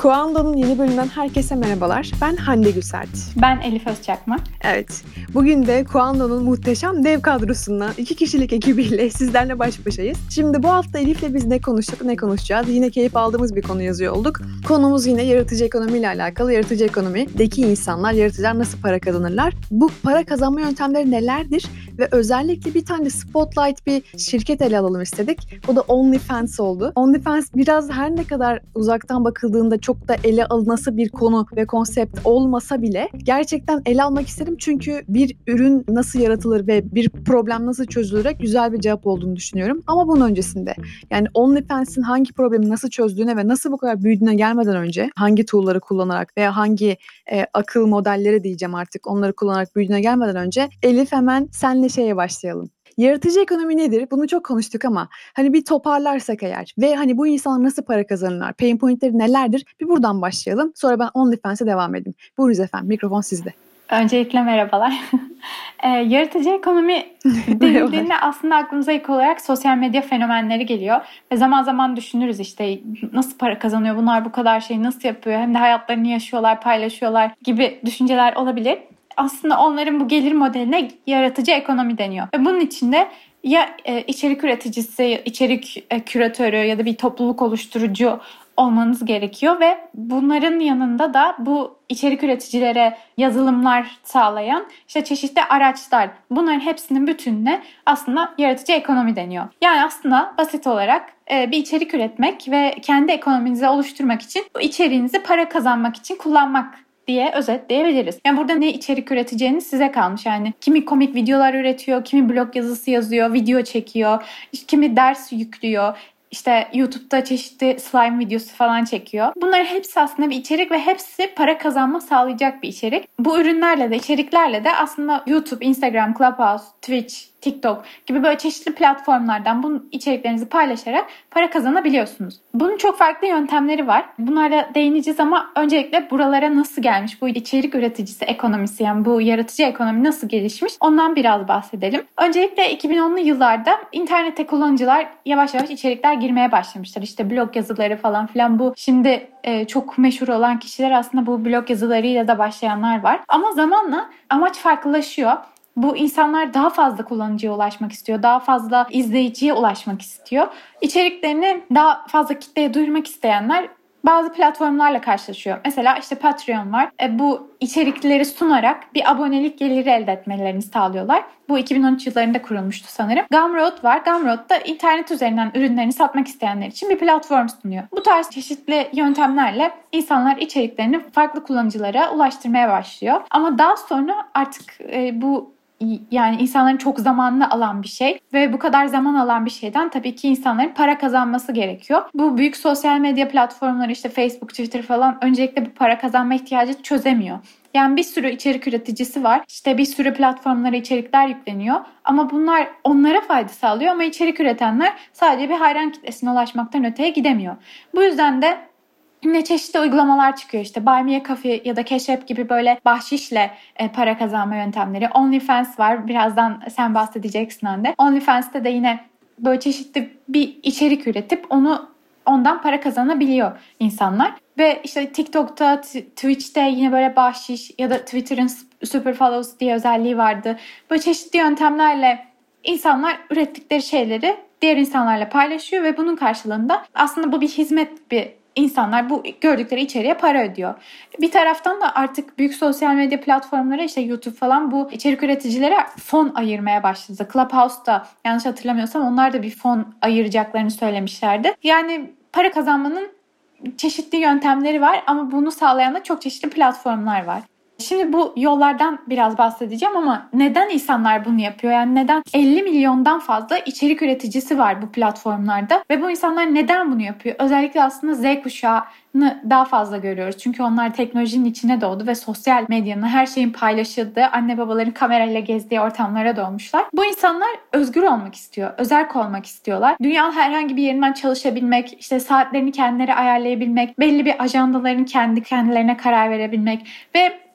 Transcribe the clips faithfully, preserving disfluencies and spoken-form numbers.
Kuando'nun yeni bölümünden herkese merhabalar. Ben Hande Gülsert. Ben Elif Özçakma. Evet, bugün de Kuando'nun muhteşem dev kadrosundan iki kişilik ekibiyle sizlerle baş başayız. Şimdi bu hafta Elif'le biz ne konuştuk, ne konuşacağız? Yine keyif aldığımız bir konu yazıyor olduk. Konumuz yine yaratıcı ekonomiyle alakalı. Yaratıcı ekonomideki insanlar, yaratıcılar nasıl para kazanırlar? Bu para kazanma yöntemleri nelerdir? Ve özellikle bir tane spotlight bir şirket ele alalım istedik. O da OnlyFans oldu. OnlyFans biraz her ne kadar uzaktan bakıldığında çok da ele alınası bir konu ve konsept olmasa bile gerçekten ele almak istedim. Çünkü bir ürün nasıl yaratılır ve bir problem nasıl çözülür güzel bir cevap olduğunu düşünüyorum. Ama bunun öncesinde yani OnlyFans'in hangi problemi nasıl çözdüğüne ve nasıl bu kadar büyüdüğüne gelmeden önce hangi tool'ları kullanarak veya hangi e, akıl modelleri diyeceğim artık onları kullanarak büyüdüğüne gelmeden önce Elif hemen senle şeye başlayalım. Yaratıcı ekonomi nedir? Bunu çok konuştuk ama hani bir toparlarsak eğer ve hani bu insanlar nasıl para kazanırlar? Pain point'leri nelerdir? Bir buradan başlayalım. Sonra ben OnlyFans'e devam edeyim. Buyurunuz efendim. Mikrofon sizde. Öncelikle merhabalar. e, yaratıcı ekonomi denildiğinde aslında aklımıza ilk olarak sosyal medya fenomenleri geliyor. Ve zaman zaman düşünürüz işte nasıl para kazanıyor bunlar, bu kadar şeyi nasıl yapıyor? Hem de hayatlarını yaşıyorlar, paylaşıyorlar gibi düşünceler olabilir. Aslında onların bu gelir modeline yaratıcı ekonomi deniyor. Ve bunun içinde ya e, içerik üreticisi, içerik e, küratörü ya da bir topluluk oluşturucu olmanız gerekiyor ve bunların yanında da bu içerik üreticilere yazılımlar sağlayan işte çeşitli araçlar, bunların hepsinin bütününe aslında yaratıcı ekonomi deniyor. Yani aslında basit olarak e, bir içerik üretmek ve kendi ekonominizi oluşturmak için bu içeriğinizi para kazanmak için kullanmak diye özetleyebiliriz. Yani burada ne içerik üreteceğiniz size kalmış. Yani kimi komik videolar üretiyor, kimi blog yazısı yazıyor, video çekiyor, kimi ders yüklüyor. İşte YouTube'da çeşitli slime videosu falan çekiyor. Bunların hepsi aslında bir içerik ve hepsi para kazanma sağlayacak bir içerik. Bu ürünlerle de, içeriklerle de aslında YouTube, Instagram, Clubhouse, Twitch, TikTok gibi böyle çeşitli platformlardan bu içeriklerinizi paylaşarak para kazanabiliyorsunuz. Bunun çok farklı yöntemleri var. Bunlara değineceğiz ama öncelikle buralara nasıl gelmiş bu içerik üreticisi ekonomisi, yani bu yaratıcı ekonomi nasıl gelişmiş ondan biraz bahsedelim. Öncelikle iki bin onlu yıllarda internette kullanıcılar yavaş yavaş içerikler girmeye başlamışlar. İşte blog yazıları falan filan, bu şimdi e, çok meşhur olan kişiler aslında bu blog yazılarıyla da başlayanlar var. Ama zamanla amaç farklılaşıyor. Bu insanlar daha fazla kullanıcıya ulaşmak istiyor. Daha fazla izleyiciye ulaşmak istiyor. İçeriklerini daha fazla kitleye duyurmak isteyenler bazı platformlarla karşılaşıyor. Mesela işte Patreon var. E, bu içerikleri sunarak bir abonelik geliri elde etmelerini sağlıyorlar. Bu iki bin on üç yıllarında kurulmuştu sanırım. Gumroad var. Gumroad da internet üzerinden ürünlerini satmak isteyenler için bir platform sunuyor. Bu tarz çeşitli yöntemlerle insanlar içeriklerini farklı kullanıcılara ulaştırmaya başlıyor. Ama daha sonra artık e, bu yani insanların çok zamanını alan bir şey ve bu kadar zaman alan bir şeyden tabii ki insanların para kazanması gerekiyor. Bu büyük sosyal medya platformları işte Facebook, Twitter falan öncelikle bu para kazanma ihtiyacı çözemiyor. Yani bir sürü içerik üreticisi var. İşte bir sürü platformlara içerikler yükleniyor. Ama bunlar onlara fayda sağlıyor ama içerik üretenler sadece bir hayran kitlesine ulaşmaktan öteye gidemiyor. Bu yüzden de yine çeşitli uygulamalar çıkıyor, işte Buy Me a Coffee ya da Cash App gibi böyle bahşişle e, para kazanma yöntemleri. OnlyFans var, birazdan sen bahsedeceksin Hande. OnlyFans'te de yine böyle çeşitli bir içerik üretip onu ondan para kazanabiliyor insanlar. Ve işte TikTok'ta, t- Twitch'te yine böyle bahşiş ya da Twitter'ın Super Follows diye özelliği vardı. Böyle çeşitli yöntemlerle insanlar ürettikleri şeyleri diğer insanlarla paylaşıyor ve bunun karşılığında aslında bu bir hizmet, bir İnsanlar bu gördükleri içeriğe para ödüyor. Bir taraftan da artık büyük sosyal medya platformları, işte YouTube falan, bu içerik üreticilere fon ayırmaya başladı. Clubhouse'da yanlış hatırlamıyorsam onlar da bir fon ayıracaklarını söylemişlerdi. Yani para kazanmanın çeşitli yöntemleri var ama bunu sağlayan da çok çeşitli platformlar var. Şimdi bu yollardan biraz bahsedeceğim ama neden insanlar bunu yapıyor? Yani neden elli milyondan fazla içerik üreticisi var bu platformlarda ve bu insanlar neden bunu yapıyor? Özellikle aslında Z kuşağını daha fazla görüyoruz. Çünkü onlar teknolojinin içine doğdu ve sosyal medyanın, her şeyin paylaşıldığı, anne babaların kamerayla gezdiği ortamlara doğmuşlar. Bu insanlar özgür olmak istiyor, özerk olmak istiyorlar. Dünyanın herhangi bir yerinden çalışabilmek, işte saatlerini kendileri ayarlayabilmek, belli bir ajandaların kendi kendilerine karar verebilmek ve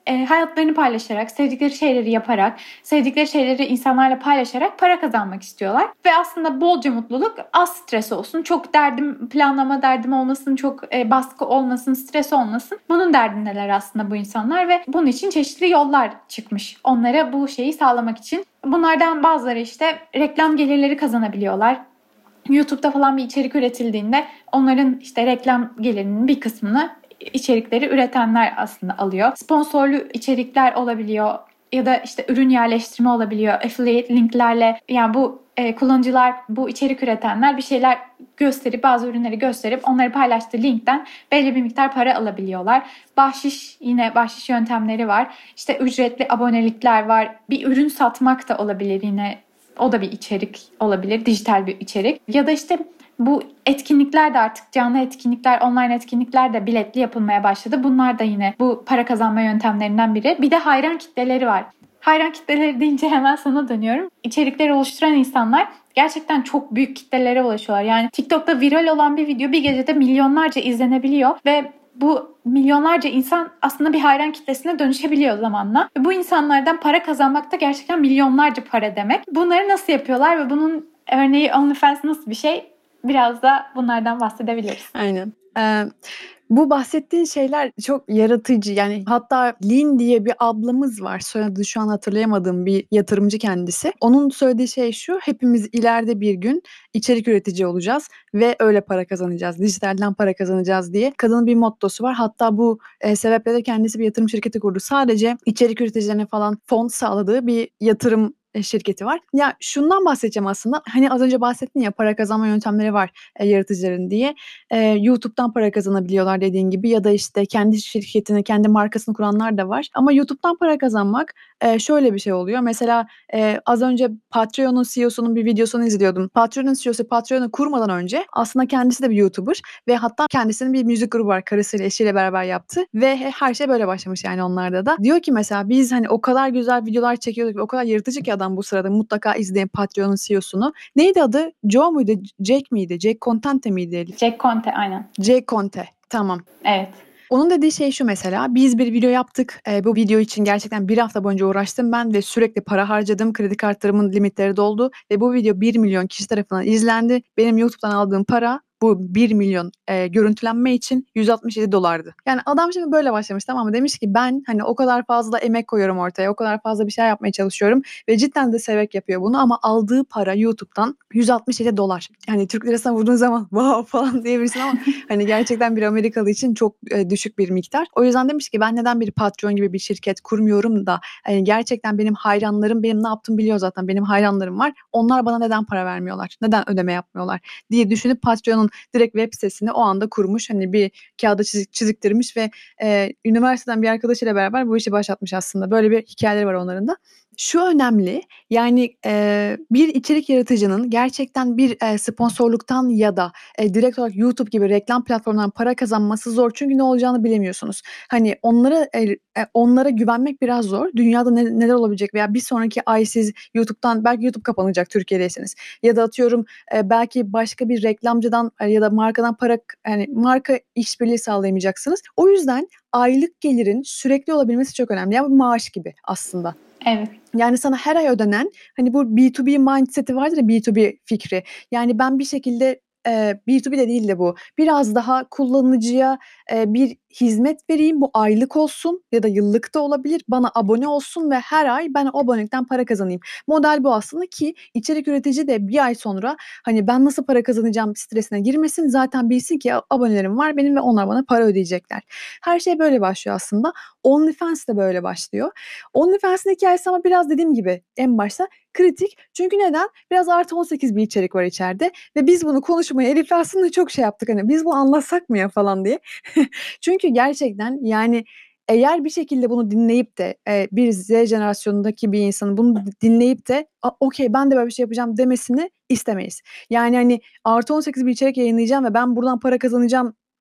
e, hayatlarını paylaşarak, sevdikleri şeyleri yaparak, sevdikleri şeyleri insanlarla paylaşarak para kazanmak istiyorlar. Ve aslında bolca mutluluk, az stres olsun, çok derdim, planlama derdim olmasın, çok e, baskı olmasın, stres olmasın. Bunun derdindeler aslında bu insanlar ve bunun için çeşitli yollar çıkmış onlara bu şeyi sağlamak için. Bunlardan bazıları işte reklam gelirleri kazanabiliyorlar. YouTube'da falan bir içerik üretildiğinde onların işte reklam gelirinin bir kısmını içerikleri üretenler aslında alıyor. Sponsorlu içerikler olabiliyor ya da işte ürün yerleştirme olabiliyor. Affiliate linklerle, yani bu e, kullanıcılar, bu içerik üretenler bir şeyler gösterip, bazı ürünleri gösterip onları paylaştığı linkten belli bir miktar para alabiliyorlar. Bahşiş, yine bahşiş yöntemleri var. İşte ücretli abonelikler var. Bir ürün satmak da olabilir yine. O da bir içerik olabilir, dijital bir içerik. Ya da işte bu etkinlikler de artık canlı etkinlikler, online etkinlikler de biletli yapılmaya başladı. Bunlar da yine bu para kazanma yöntemlerinden biri. Bir de hayran kitleleri var. Hayran kitleleri deyince hemen sana dönüyorum. İçerikleri oluşturan insanlar gerçekten çok büyük kitlelere ulaşıyorlar. Yani TikTok'ta viral olan bir video bir gecede milyonlarca izlenebiliyor ve bu milyonlarca insan aslında bir hayran kitlesine dönüşebiliyor zamanla. Ve bu insanlardan para kazanmak da gerçekten milyonlarca para demek. Bunları nasıl yapıyorlar ve bunun örneği OnlyFans nasıl bir şey? Biraz da bunlardan bahsedebiliriz. Aynen. Ee, bu bahsettiğin şeyler çok yaratıcı. Yani hatta Lin diye bir ablamız var. Soyadını şu an hatırlayamadığım bir yatırımcı kendisi. Onun söylediği şey şu: hepimiz ileride bir gün içerik üretici olacağız ve öyle para kazanacağız. Dijitalden para kazanacağız diye. Kadının bir mottosu var. Hatta bu e, sebeple de kendisi bir yatırım şirketi kurdu. Sadece içerik üreticilerine falan fon sağladığı bir yatırım e, şirketi var. Ya şundan bahsedeceğim aslında. Hani az önce bahsettin ya, para kazanma yöntemleri var e, yaratıcıların diye. E, YouTube'dan para kazanabiliyorlar dediğin gibi, ya da işte kendi şirketini, kendi markasını kuranlar da var. Ama YouTube'dan para kazanmak e, şöyle bir şey oluyor. Mesela e, az önce Patreon'un C E O'sunun bir videosunu izliyordum. Patreon'un C E O'su Patreon'u kurmadan önce aslında kendisi de bir YouTuber ve hatta kendisinin bir müzik grubu var. Karısıyla, eşiyle beraber yaptı ve her şey böyle başlamış yani onlarda da. Diyor ki mesela biz hani o kadar güzel videolar çekiyorduk ve o kadar yaratıcı ki adam bu sırada, mutlaka izleyin Patreon'un C E O'sunu. Neydi adı? Joe muydu? Jake miydi? Jake Contente miydi Elif? Jake Conte, aynen. Jake Conte. Tamam. Evet. Onun dediği şey şu mesela: biz bir video yaptık. E, bu video için gerçekten bir hafta boyunca uğraştım ben ve sürekli para harcadım. Kredi kartlarımın limitleri doldu ve bu video bir milyon kişi tarafından izlendi. Benim YouTube'dan aldığım para bu bir milyon e, görüntülenme için yüz altmış yedi dolardı. Yani adam şimdi böyle başlamış, tamam mı? Demiş ki ben hani o kadar fazla emek koyuyorum ortaya, o kadar fazla bir şey yapmaya çalışıyorum ve cidden de severek yapıyor bunu, ama aldığı para YouTube'dan yüz altmış yedi dolar. Yani Türk lirasına vurduğun zaman wow falan diyebilirsin ama hani gerçekten bir Amerikalı için çok e, düşük bir miktar. O yüzden demiş ki ben neden bir Patreon gibi bir şirket kurmuyorum da yani gerçekten benim hayranlarım benim ne yaptığımı biliyor zaten. Benim hayranlarım var. Onlar bana neden para vermiyorlar? Neden ödeme yapmıyorlar diye düşünüp Patreon'un direkt web sitesini o anda kurmuş. Hani bir kağıda çizik, çiziktirmiş ve e, üniversiteden bir arkadaşıyla beraber bu işi başlatmış aslında. Böyle bir hikayeleri var onların da. Şu önemli, yani e, bir içerik yaratıcının gerçekten bir e, sponsorluktan ya da e, direkt olarak YouTube gibi reklam platformundan para kazanması zor. Çünkü ne olacağını bilemiyorsunuz. Hani onlara e, e, onlara güvenmek biraz zor. Dünyada ne, neler olabilecek veya bir sonraki ay siz YouTube'dan, belki YouTube kapanacak Türkiye'deyseniz, ya da atıyorum e, belki başka bir reklamcıdan e, ya da markadan para, yani marka işbirliği sağlayamayacaksınız. O yüzden aylık gelirin sürekli olabilmesi çok önemli. Yani bir maaş gibi aslında. Evet. Yani sana her ay ödenen, hani bu B iki B mindseti vardır ya, B iki B fikri. Yani ben bir şekilde e, B iki B de değil de bu. Biraz daha kullanıcıya e, bir hizmet vereyim. Bu aylık olsun ya da yıllık da olabilir. Bana abone olsun ve her ay ben o abonelikten para kazanayım. Model bu aslında ki içerik üretici de bir ay sonra hani ben nasıl para kazanacağım stresine girmesin. Zaten bilsin ki abonelerim var benim ve onlar bana para ödeyecekler. Her şey böyle başlıyor aslında. OnlyFans de böyle başlıyor. OnlyFans'ın hikayesi ama biraz dediğim gibi en başta kritik. Çünkü neden? Biraz artı on sekiz bir içerik var içeride ve biz bunu konuşmaya Elif'le aslında çok şey yaptık, hani biz bunu anlatsak mı ya falan diye. Çünkü gerçekten yani eğer bir şekilde bunu dinleyip de e, bir Z jenerasyonundaki bir insanın bunu dinleyip de okey ben de böyle bir şey yapacağım demesini istemeyiz. Yani hani artı on sekiz bir içerik yayınlayacağım ve ben buradan para kazanacağım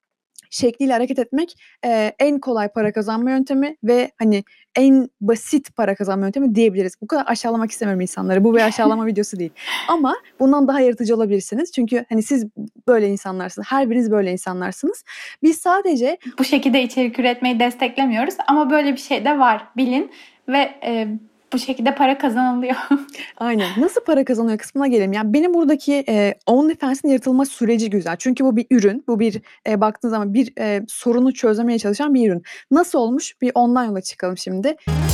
şekliyle hareket etmek eee, en kolay para kazanma yöntemi ve hani en basit para kazanma yöntemi diyebiliriz. Bu kadar aşağılamak istemiyorum insanları. Bu bir aşağılama videosu değil. Ama bundan daha yaratıcı olabilirsiniz. Çünkü hani siz böyle insanlarsınız. Her biriniz böyle insanlarsınız. Biz sadece Bu şekilde içerik üretmeyi desteklemiyoruz ama böyle bir şey de var, bilin ve e, bu şekilde para kazanılıyor. aynen nasıl para kazanıyor kısmına gelelim. Yani benim buradaki e, OnlyFans'in yaratılma süreci güzel. Çünkü bu bir ürün. Bu bir e, baktığınız zaman bir e, sorunu çözmeye çalışan bir ürün. Nasıl olmuş? Bir ondan yola çıkalım şimdi.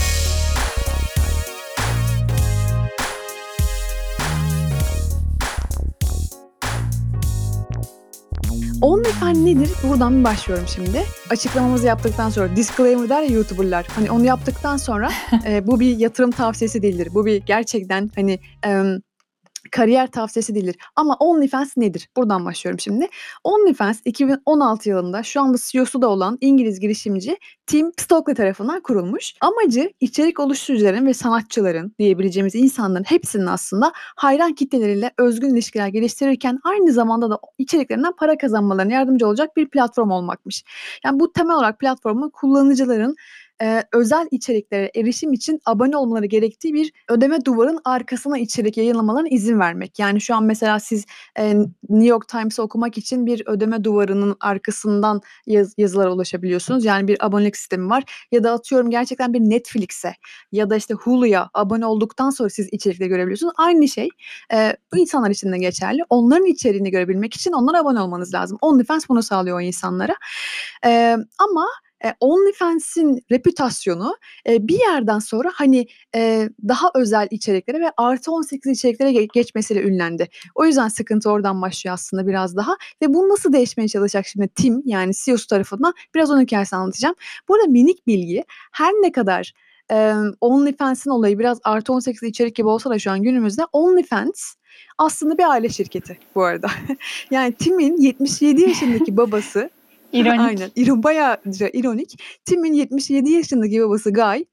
OnlyFans nedir? Buradan bir başlıyorum şimdi. Açıklamamızı yaptıktan sonra disclaimer der ya YouTuber'lar. Hani onu yaptıktan sonra e, bu bir yatırım tavsiyesi değildir. Bu bir gerçekten hani em, kariyer tavsiyesi değildir. Ama OnlyFans nedir? Buradan başlıyorum şimdi. OnlyFans iki bin on altı yılında şu anda C E O'su da olan İngiliz girişimci Tim Stockley tarafından kurulmuş. Amacı içerik oluşturucuların ve sanatçıların diyebileceğimiz insanların hepsinin aslında hayran kitleleriyle özgün ilişkiler geliştirirken aynı zamanda da içeriklerinden para kazanmalarına yardımcı olacak bir platform olmakmış. Yani bu temel olarak platformun kullanıcıların e, özel içeriklere erişim için abone olmaları gerektiği bir ödeme duvarın arkasına içerik yayınlamalarına izin vermek. Yani şu an mesela siz e, New York Times'ı okumak için bir ödeme duvarının arkasından yaz, yazılara ulaşabiliyorsunuz. Yani bir abonelik sistemi var. Ya da atıyorum gerçekten bir Netflix'e ya da işte Hulu'ya abone olduktan sonra siz içerikleri görebiliyorsunuz. Aynı şey e, bu insanlar için de geçerli. Onların içeriğini görebilmek için onlara abone olmanız lazım. OnlyFans bunu sağlıyor o insanlara. E, ama e, OnlyFans'in reputasyonu e, bir yerden sonra hani e, daha özel içeriklere ve artı on sekiz içeriklere ge- geçmesiyle ünlendi. O yüzden sıkıntı oradan başlıyor aslında biraz daha. Ve bu nasıl değişmeye çalışacak şimdi Tim yani C E O'su tarafından biraz onun hikayesini anlatacağım. Burada minik bilgi her ne kadar e, OnlyFans'in olayı biraz artı on sekiz içerik gibi olsa da şu an günümüzde OnlyFans aslında bir aile şirketi bu arada. Yani Tim'in yetmiş yedi yaşındaki babası İronik. aynen. İro, bayağı ironik. Tim'in yetmiş yedi yaşındaki babası Guy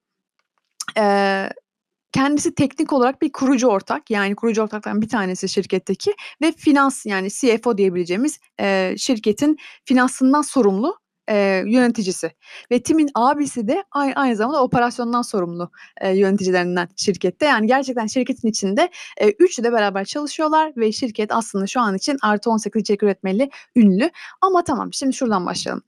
e, kendisi teknik olarak bir kurucu ortak. Yani kurucu ortaklardan bir tanesi şirketteki ve finans yani C F O diyebileceğimiz e, şirketin finansından sorumlu e, yöneticisi. Ve Tim'in abisi de aynı, aynı zamanda operasyondan sorumlu e, yöneticilerinden şirkette. Yani gerçekten şirketin içinde e, üçü de beraber çalışıyorlar ve şirket aslında şu an için artı on sekiz içerik üretmeli ünlü. Ama tamam şimdi şuradan başlayalım.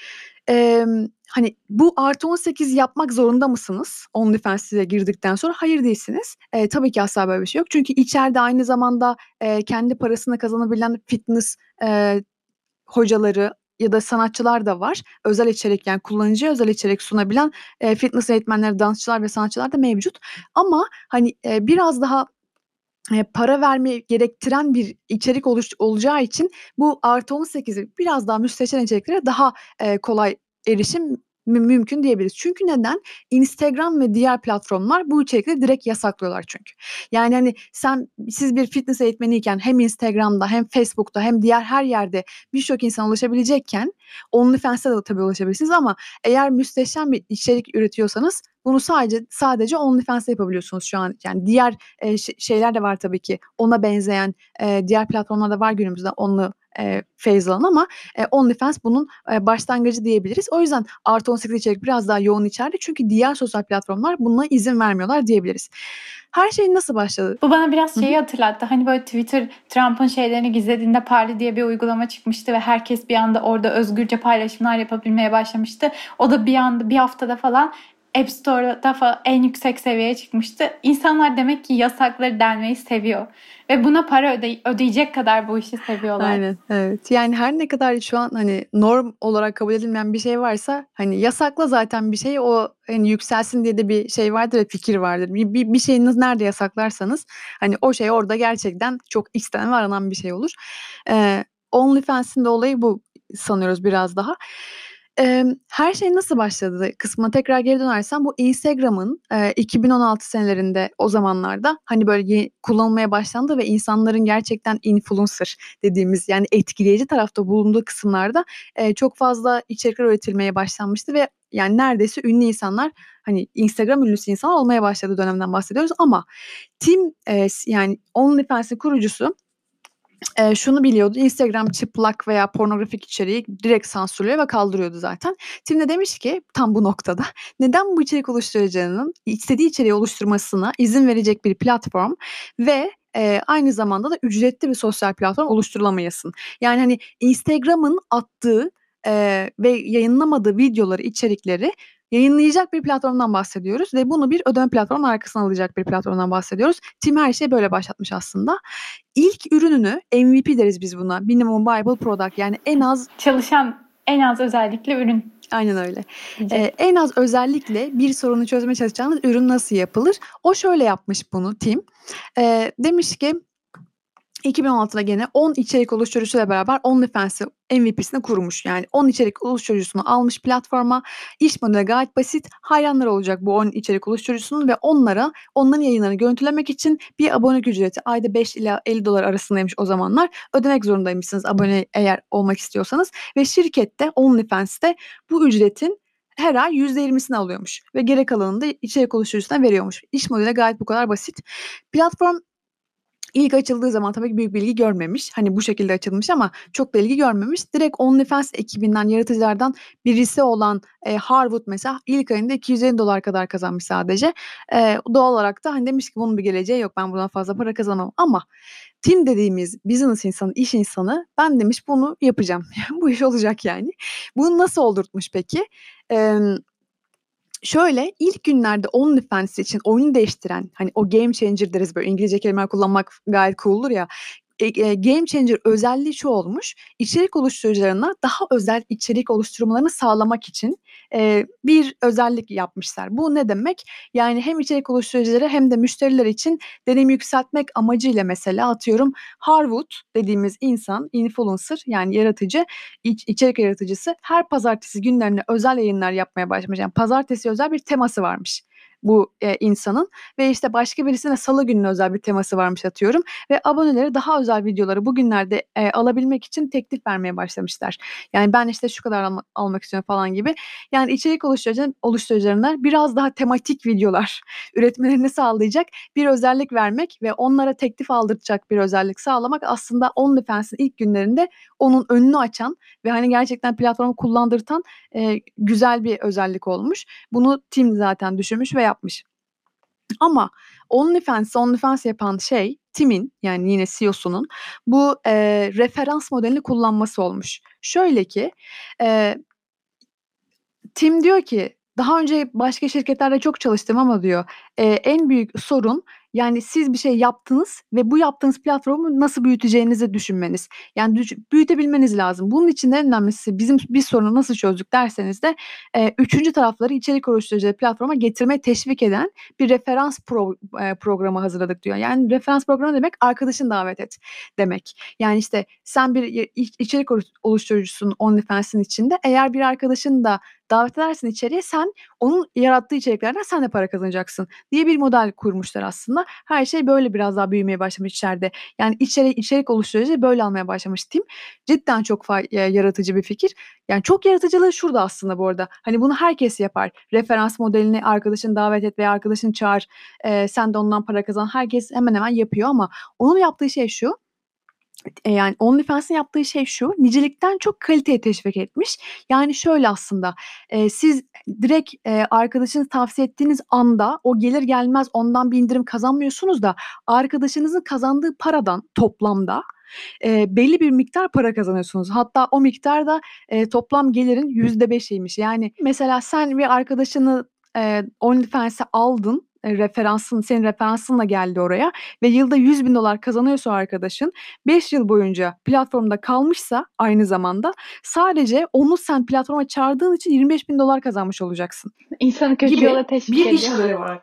Eee, hani bu artı on sekiz yapmak zorunda mısınız OnlyFans'e girdikten sonra? Hayır değilsiniz. Eee, tabii ki asla böyle bir şey yok. Çünkü içeride aynı zamanda eee, kendi parasını kazanabilen fitness eee, hocaları ya da sanatçılar da var. Özel içerik yani kullanıcıya özel içerik sunabilen eee, fitness eğitmenleri, dansçılar ve sanatçılar da mevcut. Ama hani eee, biraz daha e, para vermeyi gerektiren bir içerik oluş, olacağı için bu artı on sekizi biraz daha müstehcen içeriklere daha e, kolay erişim mü- mümkün diyebiliriz. Çünkü neden? Instagram ve diğer platformlar bu içerikleri direkt yasaklıyorlar çünkü. Yani hani sen siz bir fitness eğitmeniyken hem Instagram'da hem Facebook'ta hem diğer her yerde birçok insana ulaşabilecekken OnlyFans'ta da tabii ulaşabilirsiniz ama eğer müstehcen bir içerik üretiyorsanız bunu sadece sadece OnlyFans'ta yapabiliyorsunuz şu an. Yani diğer e, ş- şeyler de var tabii ki. Ona benzeyen e, diğer platformlarda var günümüzde onunla e, feyz alan ama e, OnlyFans bunun e, başlangıcı diyebiliriz. O yüzden artı on sekiz içerik biraz daha yoğun içeride. Çünkü diğer sosyal platformlar buna izin vermiyorlar diyebiliriz. Her şey nasıl başladı? Bu bana biraz Hı hı. şeyi hatırlattı. Hani böyle Twitter Trump'ın şeylerini gizlediğinde Parler diye bir uygulama çıkmıştı ve herkes bir anda orada özgürce paylaşımlar yapabilmeye başlamıştı. O da bir anda bir haftada falan App Store'da falan en yüksek seviyeye çıkmıştı. İnsanlar demek ki yasakları delmeyi seviyor. Ve buna para öde- ödeyecek kadar bu işi seviyorlar. Aynen, evet. Yani her ne kadar şu an hani norm olarak kabul edilmeyen bir şey varsa hani yasakla zaten bir şey o hani yükselsin diye de bir şey vardır ya fikir vardır. Bir, bir, bir şeyiniz nerede yasaklarsanız hani o şey orada gerçekten çok istenen ve aranan bir şey olur. Ee, OnlyFans'in de olayı bu sanıyoruz biraz daha. Ee, her şey nasıl başladı kısmına tekrar geri dönersem bu Instagram'ın e, iki bin on altı senelerinde o zamanlarda hani böyle ye- kullanılmaya başlandı ve insanların gerçekten influencer dediğimiz yani etkileyici tarafta bulunduğu kısımlarda e, çok fazla içerikler üretilmeye başlanmıştı ve yani neredeyse ünlü insanlar hani Instagram ünlüsü insan olmaya başladığı dönemden bahsediyoruz ama Tim e, yani OnlyFans'in kurucusu Eee, şunu biliyordu, Instagram çıplak veya pornografik içeriği direkt sansürlüyor ve kaldırıyordu zaten. Tim de demiş ki tam bu noktada, neden bu içerik oluşturucularının istediği içeriği oluşturmasına izin verecek bir platform ve eee, aynı zamanda da ücretli bir sosyal platform oluşturulamayasın? Yani, hani, Instagram'ın attığı, eee, ve yayınlamadığı videoları, içerikleri yayınlayacak bir platformdan bahsediyoruz ve bunu bir ödeme platformunun arkasına alacak bir platformdan bahsediyoruz. Tim her şeyi böyle başlatmış aslında. İlk ürününü M V P deriz biz buna. Minimum Viable Product, yani en az Çalışan en az özellikle ürün. Aynen öyle. diyecek. Eee, en az özellikle bir sorunu çözmeye çalışacağınız ürün nasıl yapılır? O şöyle yapmış bunu Tim. Eee, demiş ki iki bin on altıda gene on içerik oluşturucusuyla beraber OnlyFans'ı M V P'sini kurmuş. Yani on içerik oluşturucusunu almış platforma. İş modeli gayet basit. Hayranları olacak bu on içerik oluşturucusunun ve onlara onların yayınlarını görüntülemek için bir abonelik ücreti ayda beş ila elli dolar arasındaymış o zamanlar. Ödemek zorundaymışsınız abone eğer olmak istiyorsanız ve şirket de OnlyFans'te bu ücretin her ay yüzde yirmisini alıyormuş ve geri kalanını da içerik oluşturucusuna veriyormuş. İş modeli gayet bu kadar basit. Platform İlk açıldığı zaman tabii ki büyük bir ilgi görmemiş. Hani bu şekilde açılmış ama çok da ilgi görmemiş. Direkt OnlyFans ekibinden, yaratıcılardan birisi olan eee, Harwood mesela ilk ayında iki yüz elli dolar kadar kazanmış sadece. Eee, doğal olarak da hani demiş ki bunun bir geleceği yok. Ben buradan fazla para kazanamam. Ama Tim dediğimiz business insanı, iş insanı ben demiş bunu yapacağım. Bu iş olacak yani. Bunu nasıl oldurtmuş peki? Emm Şöyle, ilk günlerde OnlyFans için oyunu değiştiren, hani, o game changer deriz, böyle İngilizce kelimeler kullanmak gayet cool'dur ya. Eee, eee, game changer özelliği şu olmuş, içerik oluşturucularına daha özel içerik oluşturmalarını sağlamak için, eee, bir özellik yapmışlar. Bu ne demek? Yani hem içerik oluşturucuları hem de müşteriler için deneyimi yükseltmek amacıyla mesela atıyorum Harwood dediğimiz insan, influencer yani yaratıcı, iç içerik yaratıcısı her pazartesi günlerine özel yayınlar yapmaya başlamış. Yani pazartesiye özel bir teması varmış bu, eee, insanın ve, işte, başka birisine salı gününe özel bir teması varmış atıyorum ve aboneleri daha özel videoları bugünlerde, eee, alabilmek için teklif vermeye başlamışlar. Yani, "Ben, işte, şu kadar alma almak istiyorum." falan gibi. Yani, içerik oluşturucu oluşturucularına biraz daha tematik videolar üretmelerini sağlayacak bir özellik vermek ve onlara teklif aldırtacak bir özellik sağlamak aslında OnlyFans'ın ilk günlerinde onun önünü açan ve, hani, gerçekten platformu kullandırtan, eee, güzel bir özellik olmuş. Bunu Tim zaten düşünmüş ve yapmış. Ama OnlyFans'ı OnlyFans yapan şey Tim'in, yani yine C E O'sunun bu, eee, referans modelini kullanması olmuş. Şöyle ki, eee Tim diyor ki, "Daha önce başka şirketlerde çok çalıştım ama" diyor, eee, "en büyük sorun, yani, siz bir şey yaptınız ve bu yaptığınız platformu nasıl büyüteceğinizi düşünmeniz. Yani, düş büyütebilmeniz lazım. Bunun için de en önemlisi bizim bir sorunu nasıl çözdük derseniz de, eee, üçüncü tarafları içerik oluşturucuları platforma getirmeye teşvik eden bir referans pro eee, programı hazırladık." diyor. Yani, referans programı demek, arkadaşını davet et demek. Yani, işte, sen bir y iç içerik oluş oluşturucusun OnlyFans'ın içinde. Eğer bir arkadaşını da davet edersen içeriye, sen onun yarattığı içeriklerden sen de para kazanacaksın diye bir model kurmuşlar aslında. Her şey böyle biraz daha büyümeye başlamış içeride. Yani içeri içerik oluşturucu böyle almaya başlamış Tim. Cidden çok fa eee, yaratıcı bir fikir. Yani çok yaratıcılığı şurada aslında bu arada. Hani bunu herkes yapar. Referans modelini, arkadaşını davet et veya arkadaşını çağır, eee, sen de ondan para kazan. Herkes hemen hemen yapıyor ama onun yaptığı şey şu, Eee, yani OnlyFans'ın yaptığı şey şu, nicelikten çok kaliteye teşvik etmiş. Yani şöyle aslında, eee, siz direkt, eee, arkadaşınız tavsiye ettiğiniz anda o gelir gelmez ondan bir indirim kazanmıyorsunuz da arkadaşınızın kazandığı paradan toplamda, eee, belli bir miktar para kazanıyorsunuz. Hatta o miktar da, eee, toplam gelirin yüzde beşiymiş. Yani mesela sen bir arkadaşını, eee, OnlyFans'e aldın, eee, referansın senin referansınla geldi oraya ve yılda yüz bin dolar kazanıyorsa o arkadaşın, beş yıl boyunca platformda kalmışsa aynı zamanda sadece onu sen platforma çağırdığın için yirmi beş bin dolar kazanmış olacaksın İnsanı kötü gibi yola teşvik bir iş ediyor. modeli var.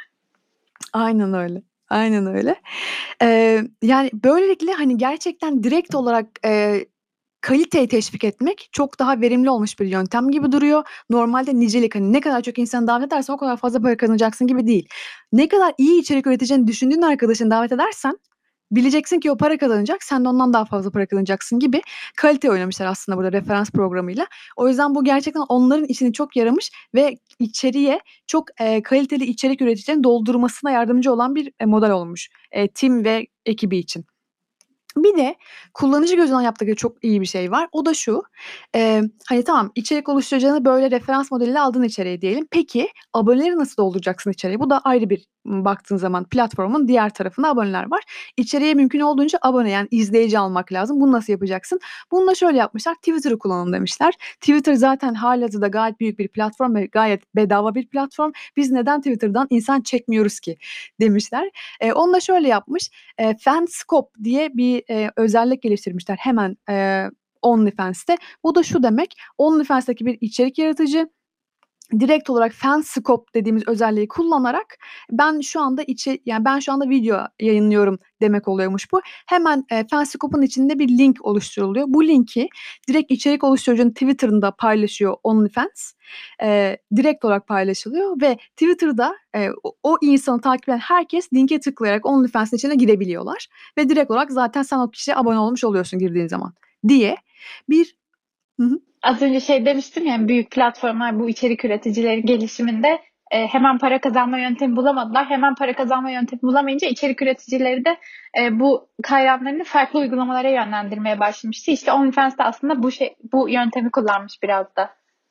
Aynen öyle, aynen öyle. Eee, yani, böylelikle, hani, gerçekten direkt olarak, eee, kaliteyi teşvik etmek çok daha verimli olmuş bir yöntem gibi duruyor. Normalde nicelik, hani, ne kadar çok insanı davet edersen o kadar fazla para kazanacaksın gibi değil. Ne kadar iyi içerik üreteceğini düşündüğün arkadaşını davet edersen bileceksin ki o para kazanacak, sen de ondan daha fazla para kazanacaksın gibi kalite oynamışlar aslında burada referans programıyla. O yüzden bu gerçekten onların işine çok yaramış ve içeriye çok, eee, kaliteli içerik üreticilerini doldurmasına yardımcı olan bir, eee, model olmuş, eee, Tim ve ekibi için. Bir de kullanıcı gözünden yaptıkları çok iyi bir şey var. O da şu: eee, hani, tamam, içerik oluşturacağına böyle referans modeliyle aldın içeriği diyelim. Peki, aboneleri nasıl dolduracaksın içeriye? Bu da ayrı bir, ımm, baktığın zaman platformun diğer tarafında aboneler var. İçeriye mümkün olduğunca abone, yani izleyici almak lazım. Bunu nasıl yapacaksın? Bunu da şöyle yapmışlar: Twitter'ı kullanın demişler. Twitter zaten hâlihazırda gayet büyük bir platform ve gayet bedava bir platform. Biz neden Twitter'dan insan çekmiyoruz ki demişler. Eee, onu da şöyle yapmış: eee, Fanscope diye bir, eee, özellik geliştirmişler hemen, eee, OnlyFans'te. Bu da şu demek: OnlyFans'taki bir içerik yaratıcı direkt olarak Fanscope dediğimiz özelliği kullanarak ben şu anda içe yani ben şu anda video yayınlıyorum demek oluyormuş bu. Hemen, eee, Fanscope'un içinde bir link oluşturuluyor. Bu linki direkt içerik oluşturucunun Twitter'ında paylaşıyor OnlyFans. Eee, direkt olarak paylaşılıyor ve Twitter'da, eee, o o insanı takip eden herkes linke tıklayarak OnlyFans'ın içine girebiliyorlar ve direkt olarak zaten sen o kişiye abone olmuş oluyorsun girdiğin zaman diye bir Hı hı. Az önce şey demiştim ya, büyük platformlar bu içerik üreticileri gelişiminde e, hemen para kazanma yöntemi bulamadılar. Hemen para kazanma yöntemi bulamayınca içerik üreticileri de e, bu kayranlarını farklı uygulamalara yönlendirmeye başlamıştı. İşte OnlyFans de aslında bu şey bu yöntemi kullanmış biraz da.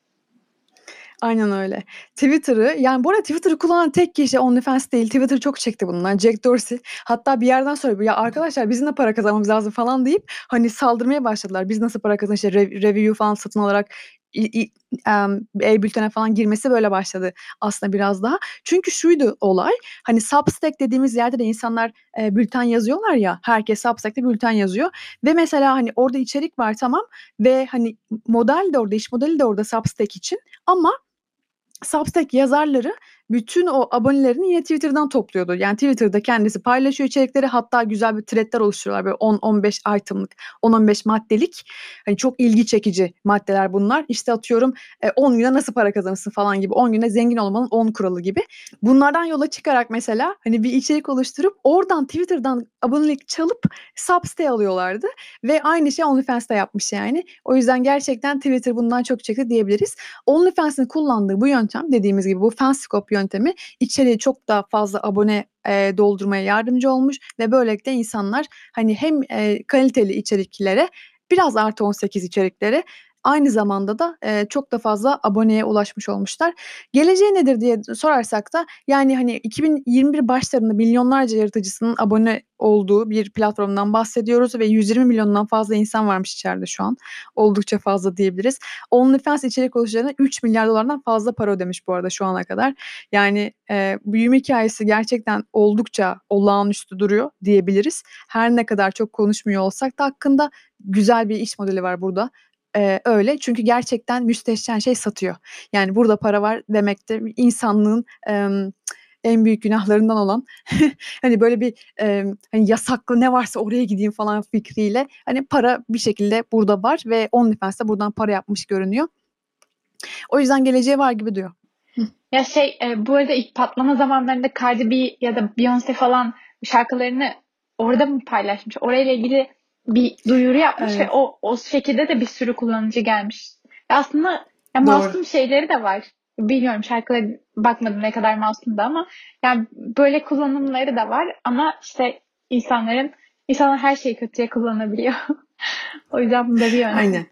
Aynen öyle. Twitter'ı, yani bu arada Twitter'ı kullanan tek kişi OnlyFans değil. Twitter çok çekti bundan. Jack Dorsey hatta bir yerden sonra ya arkadaşlar bizim de para kazanmamız lazım falan deyip hani saldırmaya başladılar. Biz nasıl para kazanacağız? İşte rev review falan satın alarak i i emm, e-bültene falan girmesi böyle başladı aslında biraz daha. Çünkü şuydu olay: hani Substack dediğimiz yerde de insanlar, eee, bülten yazıyorlar ya, herkes Substack'te bülten yazıyor ve mesela hani orada içerik var, tamam, ve hani model de orada, iş modeli de orada Substack için ama Substack yazarları bütün o abonelerini yine Twitter'dan topluyordu. Yani Twitter'da kendisi paylaşıyor içerikleri. Hatta güzel bir thread'ler oluşturuyorlar. Böyle on on beş item'lık, on on beş maddelik. Hani çok ilgi çekici maddeler bunlar. İşte atıyorum, eee, on güne nasıl para kazanırsın falan gibi. on güne zengin olmanın on kuralı gibi. Bunlardan yola çıkarak mesela hani bir içerik oluşturup oradan Twitter'dan abonelik çalıp Substack'e alıyorlardı ve aynı şey OnlyFans da yapmış yani. O yüzden gerçekten Twitter bundan çok çekti diyebiliriz. OnlyFans'ın kullandığı bu yöntem, dediğimiz gibi bu Fanscope yöntemi içeriye çok daha fazla abone, eee, doldurmaya yardımcı olmuş ve böylelikle insanlar hani hem, eee, kaliteli içeriklere, biraz artı on sekiz içeriklere, aynı zamanda da, eee, çok da fazla aboneye ulaşmış olmuşlar. Geleceği nedir diye sorarsak da yani hani iki bin yirmi bir başlarında milyonlarca yaratıcısının abone olduğu bir platformdan bahsediyoruz ve yüz yirmi milyondan fazla insan varmış içeride şu an. Oldukça fazla diyebiliriz. OnlyFans içerik oluşturucularına üç milyar dolardan fazla para ödemiş bu arada şu ana kadar. Yani, eee, büyüme hikâyesi gerçekten oldukça olağanüstü duruyor diyebiliriz. Her ne kadar çok konuşmuyor olsak da hakkında güzel bir iş modeli var burada. Eee, öyle çünkü gerçekten müstehcen şey satıyor. Yani burada para var demektir insanlığın, emm, en büyük günahlarından olan hani böyle bir, emm, hani yasaklı ne varsa oraya gideyim falan fikriyle hani para bir şekilde burada var ve OnlyFans de buradan para yapmış görünüyor. O yüzden geleceği var gibi duruyor. Hıh. Ya şey, e, bu arada ilk patlama zamanlarında Cardi B ya da Beyoncé falan şarkılarını orada mı paylaşmış? Orayla ilgili bir duyuru yapmış Evet. ve o o şekilde de bir sürü kullanıcı gelmiş. Ya aslında ya Doğru. masum şeyleri de var. Bilmiyorum, şarkılara bakmadım ne kadar masumdu ama yani böyle kullanımları da var ama işte insanların insanlar her şeyi kötüye kullanabiliyor. O yüzden bu da bir yöntem. Aynen.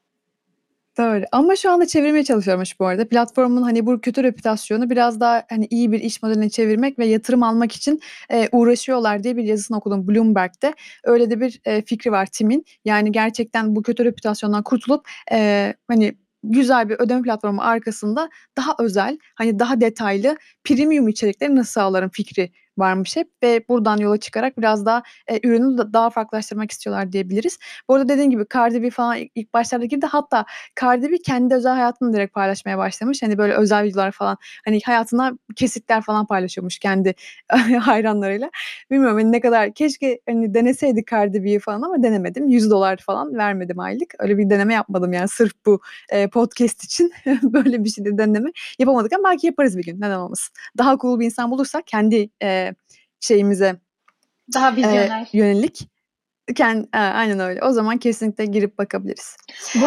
Doğru ama şu anda çevirmeye çalışıyormuş bu arada. Platformun hani bu kötü reputasyonu biraz daha hani iyi bir iş modeline çevirmek ve yatırım almak için, eee, uğraşıyorlar diye bir yazısını okudum Bloomberg'de. Öyle de bir, eee, fikri var Tim'in. Yani gerçekten bu kötü reputasyondan kurtulup, eee, hani güzel bir ödeme platformu arkasında daha özel, hani daha detaylı premium içerikleri nasıl sağlarım fikri varmış hep ve buradan yola çıkarak biraz daha, eee, ürünü da daha farklılaştırmak istiyorlar diyebiliriz. Bu arada dediğin gibi Cardi B falan ilk ilk başlarda girdi. Hatta Cardi B kendi özel hayatını direkt paylaşmaya başlamış. Hani böyle özel videolar falan, hani hayatından kesitler falan paylaşıyormuş kendi hayranlarıyla. Bilmiyorum hani ne kadar keşke hani deneseydik Cardi B'yi falan ama denemedim. yüz dolar falan vermedim aylık. Öyle bir deneme yapmadım yani sırf bu, eee, podcast için böyle bir şey de deneme yapamadık ama belki yaparız bir gün. Neden olmasın? Daha cool bir insan bulursak kendi, eee, şeyimize, Daha eee, vizyoner. yönelik ken eee, aynen öyle. O zaman kesinlikle girip bakabiliriz. Bu arada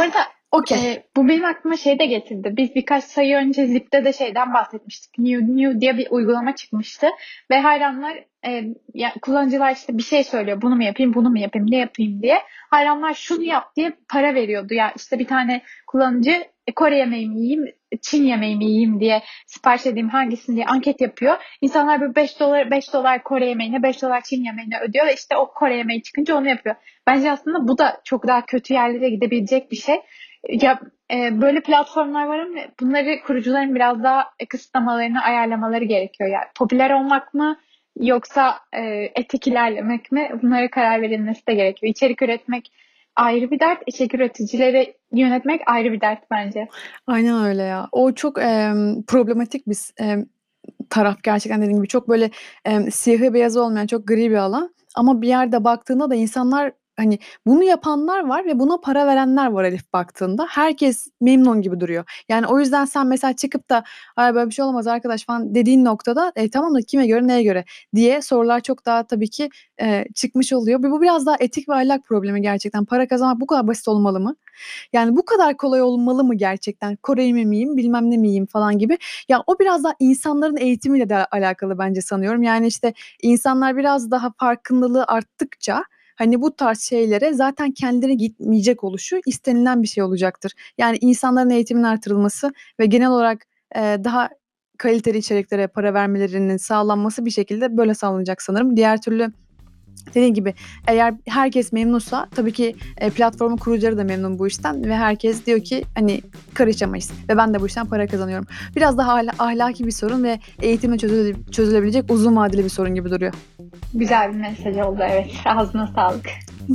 Okey. Ee, bu benim aklıma şey de getirdi. Biz birkaç sayı önce Zip'te de şeyden bahsetmiştik. New New diye bir uygulama çıkmıştı. Ve hayranlar e, ya, kullanıcılar işte bir şey söylüyor. Bunu mu yapayım, bunu mu yapayım, ne yapayım diye. Hayranlar şunu yap diye para veriyordu. Ya işte bir tane kullanıcı e, Kore yemeği mi yiyeyim, Çin yemeği mi yiyeyim diye sipariş edeyim hangisini diye anket yapıyor. İnsanlar böyle beş dolar beş dolar Kore yemeğine, beş dolar Çin yemeğine ödüyor ve işte o Kore yemeği çıkınca onu yapıyor. Bence aslında bu da çok daha kötü yerlere gidebilecek bir şey. Ya e, böyle platformlar var ama bunları kurucuların biraz daha e, kısıtlamalarını ayarlamaları gerekiyor. Yani popüler olmak mı yoksa e, etik ilerlemek mi? Bunlara karar verilmesi de gerekiyor. İçerik üretmek ayrı bir dert, içerik üreticileri yönetmek ayrı bir dert bence. Aynen öyle ya. O çok em, problematik bir em, taraf gerçekten dediğim gibi. Çok böyle em, siyahı beyazı olmayan çok gri bir alan. Ama bir yerde baktığında da insanlar hani bunu yapanlar var ve buna para verenler var Elif baktığında. Herkes memnun gibi duruyor. Yani o yüzden sen mesela çıkıp da ay böyle bir şey olamaz arkadaş falan dediğin noktada e, tamam da kime göre neye göre diye sorular çok daha tabii ki e, çıkmış oluyor. Bu bu biraz daha etik ve ahlak problemi gerçekten. Para kazanmak bu kadar basit olmalı mı? Yani bu kadar kolay olmalı mı gerçekten? Kore'yi mi miyim, bilmem ne miyim falan gibi. Ya o biraz daha insanların eğitimiyle de alakalı bence sanıyorum. Yani işte insanlar biraz daha farkındalığı arttıkça hani bu tarz şeylere zaten kendileri gitmeyecek oluşu istenilen bir şey olacaktır. Yani insanların eğitiminin artırılması ve genel olarak e, daha kaliteli içeriklere para vermelerinin sağlanması bir şekilde böyle sağlanacak sanırım. Diğer türlü dediğim gibi eğer herkes memnunsa tabii ki e, platformun kurucuları da memnun bu işten ve herkes diyor ki hani karışamayız ve ben de bu işten para kazanıyorum. Biraz daha hala- ahlaki bir sorun ve eğitimle çözüle- çözülebilecek uzun vadeli bir sorun gibi duruyor. Güzel bir mesaj oldu, evet. Ağzına sağlık.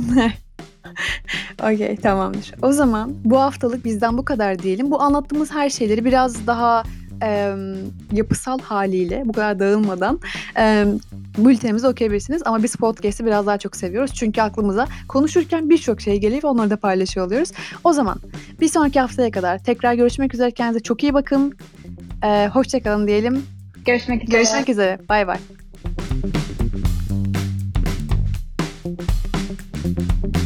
Okey, tamamdır. O zaman bu haftalık bizden bu kadar diyelim. Bu anlattığımız her şeyleri biraz daha e, yapısal haliyle bu kadar dağılmadan e, bültenimizi okuyabilirsiniz. Ama biz podcast'i biraz daha çok seviyoruz. Çünkü aklımıza konuşurken birçok şey geliyor ve onları da paylaşıyor oluyoruz. O zaman bir sonraki haftaya kadar tekrar görüşmek üzere. Kendinize çok iyi bakın. E, hoşça kalın diyelim. Görüşmek üzere. Görüşmek üzere. Bay bay.